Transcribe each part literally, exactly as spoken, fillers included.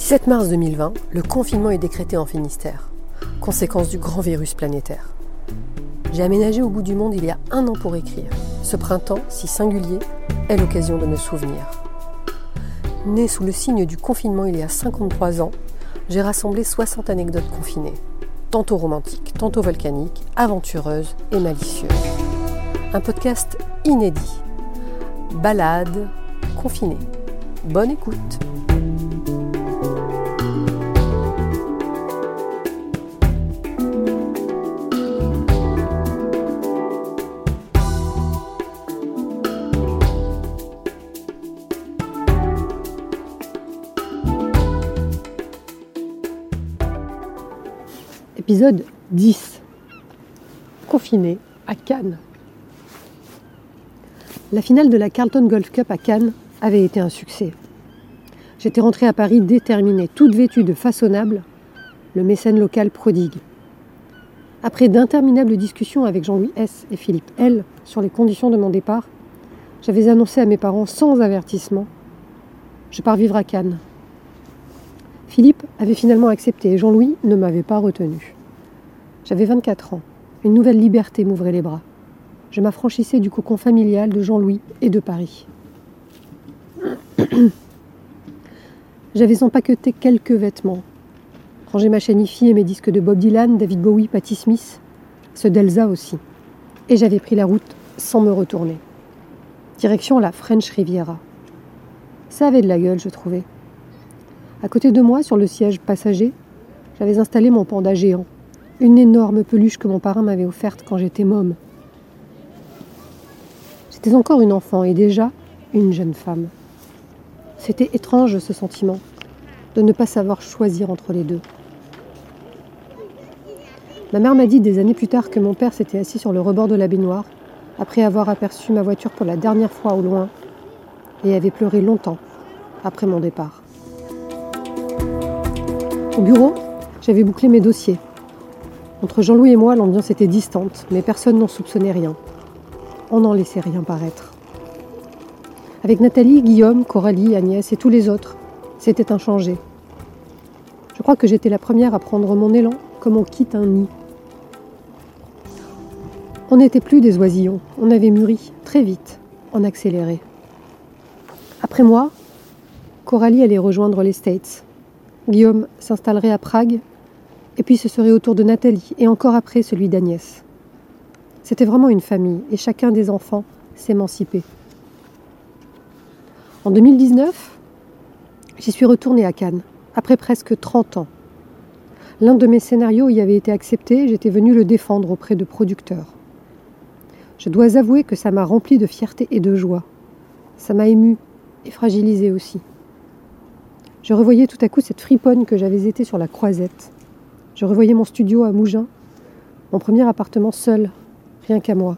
dix-sept mars deux mille vingt, le confinement est décrété en Finistère, conséquence du grand virus planétaire. J'ai aménagé au bout du monde il y a un an pour écrire. Ce printemps, si singulier, est l'occasion de me souvenir. Né sous le signe du confinement il y a cinquante-trois ans, j'ai rassemblé soixante anecdotes confinées, tantôt romantiques, tantôt volcaniques, aventureuses et malicieuses. Un podcast inédit. Balade confinée. Bonne écoute. Épisode dix. Confiné à Cannes. La finale de la Carlton Golf Cup à Cannes avait été un succès. J'étais rentrée à Paris déterminée, toute vêtue de façonnable, le mécène local prodigue. Après d'interminables discussions avec Jean-Louis S. et Philippe L. sur les conditions de mon départ, j'avais annoncé à mes parents sans avertissement « Je pars vivre à Cannes ». Philippe avait finalement accepté et Jean-Louis ne m'avait pas retenu. J'avais vingt-quatre ans. Une nouvelle liberté m'ouvrait les bras. Je m'affranchissais du cocon familial de Jean-Louis et de Paris. J'avais empaqueté quelques vêtements. Rangé ma chaîne hi-fi et mes disques de Bob Dylan, David Bowie, Patti Smith, ceux d'Elsa aussi. Et j'avais pris la route sans me retourner. Direction la French Riviera. Ça avait de la gueule, je trouvais. À côté de moi, sur le siège passager, j'avais installé mon panda géant. Une énorme peluche que mon parrain m'avait offerte quand j'étais môme. J'étais encore une enfant et déjà une jeune femme. C'était étrange ce sentiment de ne pas savoir choisir entre les deux. Ma mère m'a dit des années plus tard que mon père s'était assis sur le rebord de la baignoire après avoir aperçu ma voiture pour la dernière fois au loin et avait pleuré longtemps après mon départ. Au bureau, j'avais bouclé mes dossiers. Entre Jean-Louis et moi, l'ambiance était distante, mais personne n'en soupçonnait rien. On n'en laissait rien paraître. Avec Nathalie, Guillaume, Coralie, Agnès et tous les autres, c'était inchangé. Je crois que j'étais la première à prendre mon élan comme on quitte un nid. On n'était plus des oisillons, on avait mûri très vite, en accéléré. Après moi, Coralie allait rejoindre les States. Guillaume s'installerait à Prague, et puis ce serait au tour de Nathalie, et encore après celui d'Agnès. C'était vraiment une famille, et chacun des enfants s'émancipait. En deux mille dix-neuf, j'y suis retournée à Cannes, après presque trente ans. L'un de mes scénarios y avait été accepté, et j'étais venue le défendre auprès de producteurs. Je dois avouer que ça m'a rempli de fierté et de joie. Ça m'a émue et fragilisée aussi. Je revoyais tout à coup cette friponne que j'avais été sur la Croisette. Je revoyais mon studio à Mougins, mon premier appartement seul, rien qu'à moi.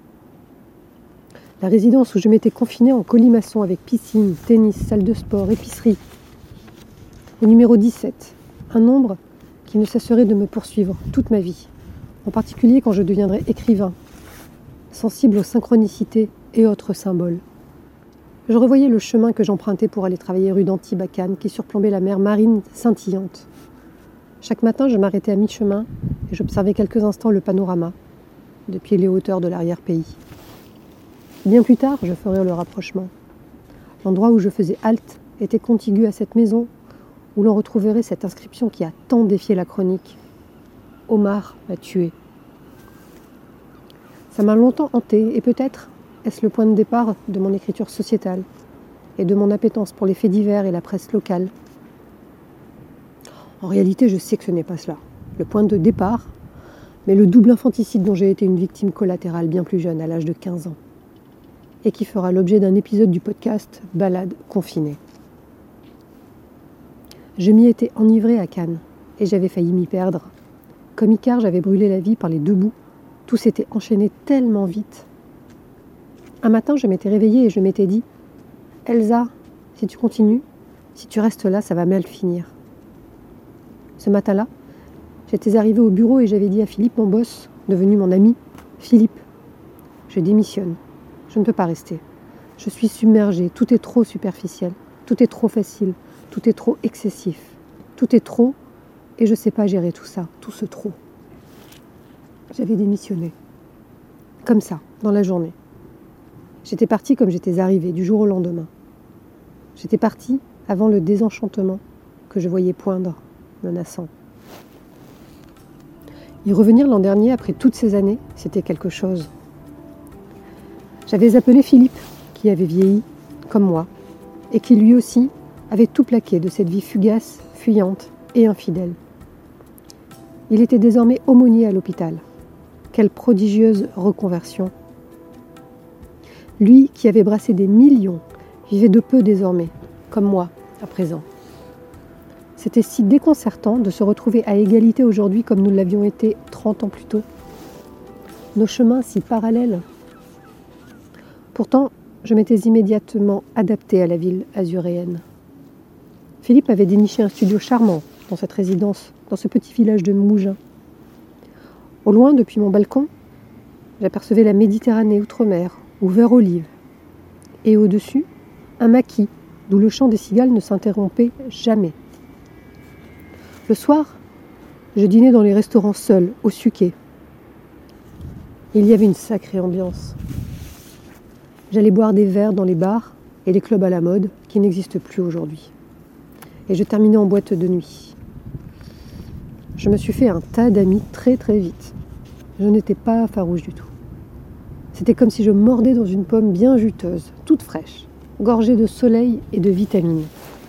La résidence où je m'étais confinée en colimaçon avec piscine, tennis, salle de sport, épicerie. Le numéro dix-sept, un nombre qui ne cesserait de me poursuivre toute ma vie, en particulier quand je deviendrai écrivain, sensible aux synchronicités et autres symboles. Je revoyais le chemin que j'empruntais pour aller travailler rue d'Antibes à Cannes, qui surplombait la mer marine scintillante. Chaque matin, je m'arrêtais à mi-chemin et j'observais quelques instants le panorama, depuis les hauteurs de l'arrière-pays. Bien plus tard, je ferai le rapprochement. L'endroit où je faisais halte était contigu à cette maison où l'on retrouverait cette inscription qui a tant défié la chronique. « Omar m'a tué ». Ça m'a longtemps hanté et peut-être est-ce le point de départ de mon écriture sociétale et de mon appétence pour les faits divers et la presse locale. En réalité, je sais que ce n'est pas cela, le point de départ, mais le double infanticide dont j'ai été une victime collatérale bien plus jeune, à l'âge de quinze ans, et qui fera l'objet d'un épisode du podcast « Balade confinée ». Je m'y étais enivrée à Cannes, et j'avais failli m'y perdre. Comme Icare, j'avais brûlé la vie par les deux bouts, tout s'était enchaîné tellement vite. Un matin, je m'étais réveillée et je m'étais dit « Elsa, si tu continues, si tu restes là, ça va mal finir ». Ce matin-là, j'étais arrivée au bureau et j'avais dit à Philippe, mon boss, devenu mon ami, « Philippe, je démissionne, je ne peux pas rester. Je suis submergée, tout est trop superficiel, tout est trop facile. Tout est trop excessif. Tout est trop et je ne sais pas gérer tout ça, tout ce trop. J'avais démissionné. Comme ça, dans la journée. J'étais partie comme j'étais arrivée, du jour au lendemain. J'étais partie avant le désenchantement que je voyais poindre, menaçant. Y revenir l'an dernier, après toutes ces années, c'était quelque chose. J'avais appelé Philippe, qui avait vieilli, comme moi, et qui lui aussi avait tout plaqué de cette vie fugace, fuyante et infidèle. Il était désormais aumônier à l'hôpital. Quelle prodigieuse reconversion. Lui, qui avait brassé des millions, vivait de peu désormais, comme moi, à présent. C'était si déconcertant de se retrouver à égalité aujourd'hui comme nous l'avions été trente ans plus tôt. Nos chemins si parallèles. Pourtant, je m'étais immédiatement adaptée à la ville azuréenne. Philippe avait déniché un studio charmant dans cette résidence, dans ce petit village de Mougins. Au loin, depuis mon balcon, j'apercevais la Méditerranée outre-mer, ou vert olive, et au-dessus, un maquis d'où le chant des cigales ne s'interrompait jamais. Le soir, je dînais dans les restaurants seuls, au Suquet. Il y avait une sacrée ambiance. J'allais boire des verres dans les bars et les clubs à la mode qui n'existent plus aujourd'hui. Et je terminais en boîte de nuit. Je me suis fait un tas d'amis très très vite. Je n'étais pas farouche du tout. C'était comme si je mordais dans une pomme bien juteuse, toute fraîche, gorgée de soleil et de vitamines.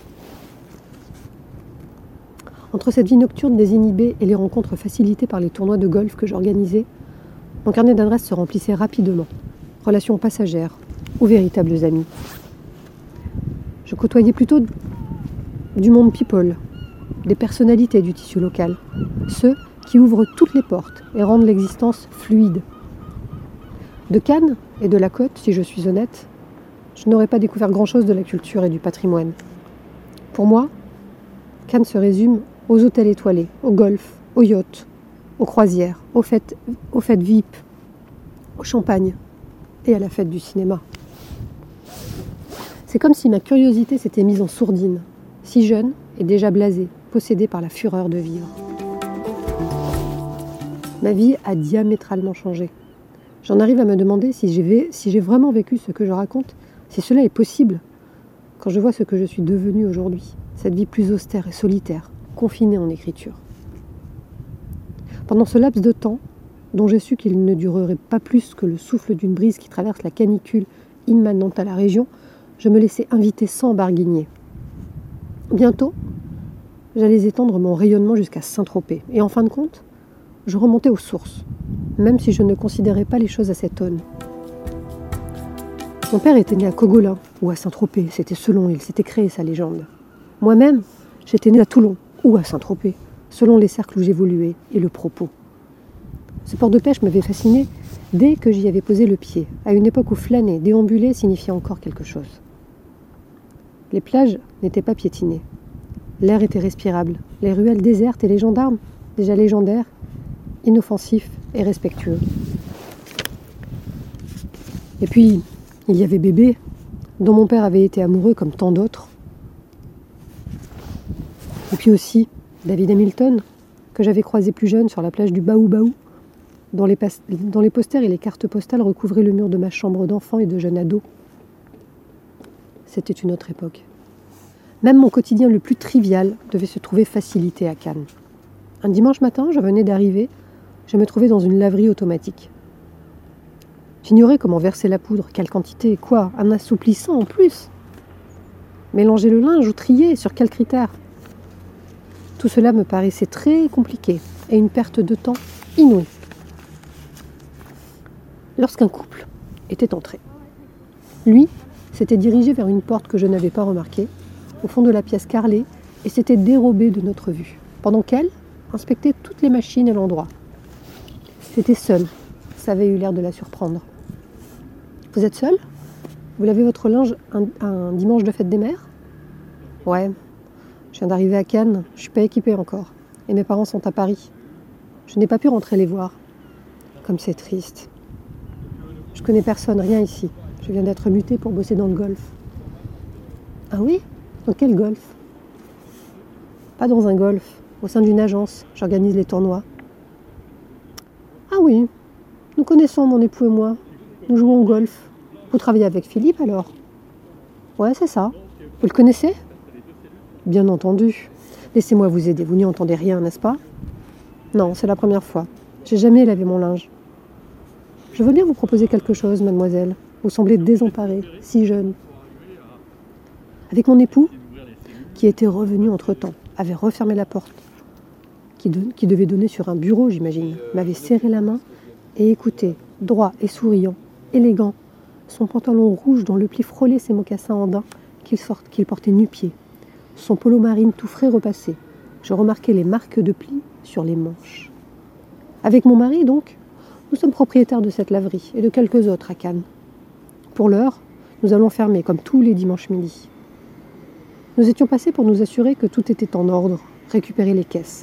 Entre cette vie nocturne désinhibée et les rencontres facilitées par les tournois de golf que j'organisais, mon carnet d'adresses se remplissait rapidement. Relations passagères ou véritables amis. Je côtoyais plutôt du monde people, des personnalités du tissu local, ceux qui ouvrent toutes les portes et rendent l'existence fluide. De Cannes et de la côte, si je suis honnête, je n'aurais pas découvert grand-chose de la culture et du patrimoine. Pour moi, Cannes se résume aux hôtels étoilés, au golf, aux yachts, aux croisières, aux fêtes, aux fêtes V I P, au champagne et à la fête du cinéma. C'est comme si ma curiosité s'était mise en sourdine, si jeune et déjà blasée, possédée par la fureur de vivre. Ma vie a diamétralement changé. J'en arrive à me demander si j'ai, si j'ai vraiment vécu ce que je raconte, si cela est possible, quand je vois ce que je suis devenue aujourd'hui, cette vie plus austère et solitaire, confinée en écriture. Pendant ce laps de temps, dont j'ai su qu'il ne durerait pas plus que le souffle d'une brise qui traverse la canicule immanente à la région, je me laissais inviter sans barguigner. Bientôt, j'allais étendre mon rayonnement jusqu'à Saint-Tropez. Et en fin de compte, je remontais aux sources, même si je ne considérais pas les choses à cette aune. Mon père était né à Cogolin ou à Saint-Tropez, c'était selon il s'était créé sa légende. Moi-même, j'étais née à Toulon ou à Saint-Tropez, selon les cercles où j'évoluais et le propos. Ce port de pêche m'avait fasciné dès que j'y avais posé le pied, à une époque où flâner, déambuler signifiait encore quelque chose. Les plages n'étaient pas piétinées. L'air était respirable, les ruelles désertes et les gendarmes, déjà légendaires, inoffensifs et respectueux. Et puis, il y avait Bébé, dont mon père avait été amoureux comme tant d'autres. Et puis aussi, David Hamilton, que j'avais croisé plus jeune sur la plage du Baou-Baou, dont les, pas- dont les posters et les cartes postales recouvraient le mur de ma chambre d'enfant et de jeune ado. C'était une autre époque. Même mon quotidien le plus trivial devait se trouver facilité à Cannes. Un dimanche matin, je venais d'arriver, je me trouvais dans une laverie automatique. J'ignorais comment verser la poudre, quelle quantité, quoi, un assouplissant en plus. Mélanger le linge ou trier, sur quels critères? Tout cela me paraissait très compliqué et une perte de temps inouïe. Lorsqu'un couple était entré, lui s'était dirigé vers une porte que je n'avais pas remarquée, au fond de la pièce carrelée, et s'était dérobé de notre vue, pendant qu'elle inspectait toutes les machines à l'endroit. C'était seul, ça avait eu l'air de la surprendre. « Vous êtes seul? Vous lavez votre linge un, un dimanche de fête des mères ?»« Ouais, je viens d'arriver à Cannes, je suis pas équipée encore, et mes parents sont à Paris. Je n'ai pas pu rentrer les voir. Comme c'est triste. Je connais personne, rien ici. Je viens d'être mutée pour bosser dans le golf. »« Ah oui? Dans quel golf ? Pas dans un golf. Au sein d'une agence, j'organise les tournois. Ah oui, nous connaissons mon époux et moi. Nous jouons au golf. Vous travaillez avec Philippe alors? Ouais, c'est ça. Vous le connaissez? Bien entendu. Laissez-moi vous aider. Vous n'y entendez rien, n'est-ce pas? Non, c'est la première fois. J'ai jamais lavé mon linge. Je veux bien vous proposer quelque chose, mademoiselle. Vous semblez désemparée, si jeune. Avec mon époux, qui était revenu entre-temps, avait refermé la porte, qui, de, qui devait donner sur un bureau, j'imagine, m'avait serré la main et écouté, droit et souriant, élégant, son pantalon rouge dont le pli frôlait ses mocassins en daim qu'il, sort, qu'il portait nu-pied, son polo marine tout frais repassé. Je remarquais les marques de plis sur les manches. Avec mon mari, donc, nous sommes propriétaires de cette laverie et de quelques autres à Cannes. Pour l'heure, nous allons fermer comme tous les dimanches midi. Nous étions passés pour nous assurer que tout était en ordre, récupérer les caisses.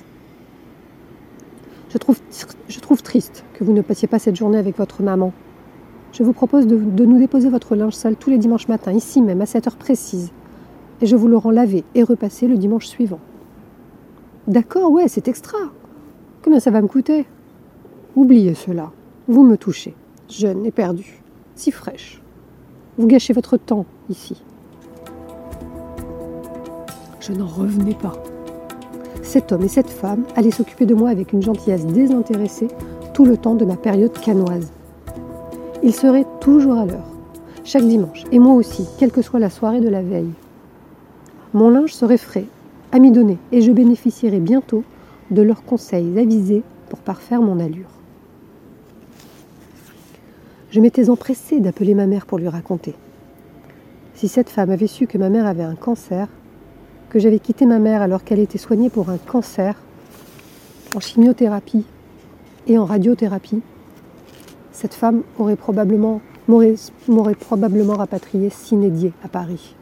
Je trouve, je trouve triste que vous ne passiez pas cette journée avec votre maman. Je vous propose de, de nous déposer votre linge sale tous les dimanches matins, ici même, à cette heure précise. Et je vous le rends lavé et repassé le dimanche suivant. D'accord, ouais, c'est extra. Combien ça va me coûter? Oubliez cela. Vous me touchez, jeune et perdue, si fraîche. Vous gâchez votre temps ici. Je n'en revenais pas. Cet homme et cette femme allaient s'occuper de moi avec une gentillesse désintéressée tout le temps de ma période cannoise. Ils seraient toujours à l'heure, chaque dimanche, et moi aussi, quelle que soit la soirée de la veille. Mon linge serait frais, amidonné, et je bénéficierais bientôt de leurs conseils avisés pour parfaire mon allure. Je m'étais empressée d'appeler ma mère pour lui raconter. Si cette femme avait su que ma mère avait un cancer, que j'avais quitté ma mère alors qu'elle était soignée pour un cancer, en chimiothérapie et en radiothérapie, cette femme aurait probablement, m'aurait, m'aurait probablement rapatriée sine die à Paris.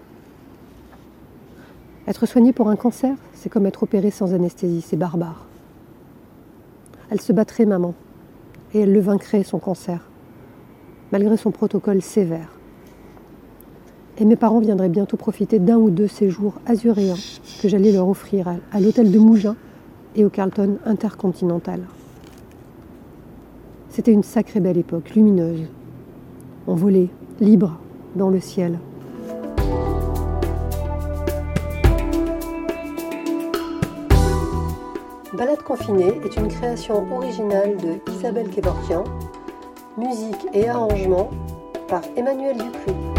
Être soignée pour un cancer, c'est comme être opérée sans anesthésie, c'est barbare. Elle se battrait, maman, et elle le vaincrait, son cancer, malgré son protocole sévère. Et mes parents viendraient bientôt profiter d'un ou deux séjours azuréens que j'allais leur offrir à, à l'hôtel de Mougins et au Carlton Intercontinental. C'était une sacrée belle époque, lumineuse. On volait, libre, dans le ciel. Balade confinée est une création originale de Isabelle Kevorkian, musique et arrangement par Emmanuel Dupuis.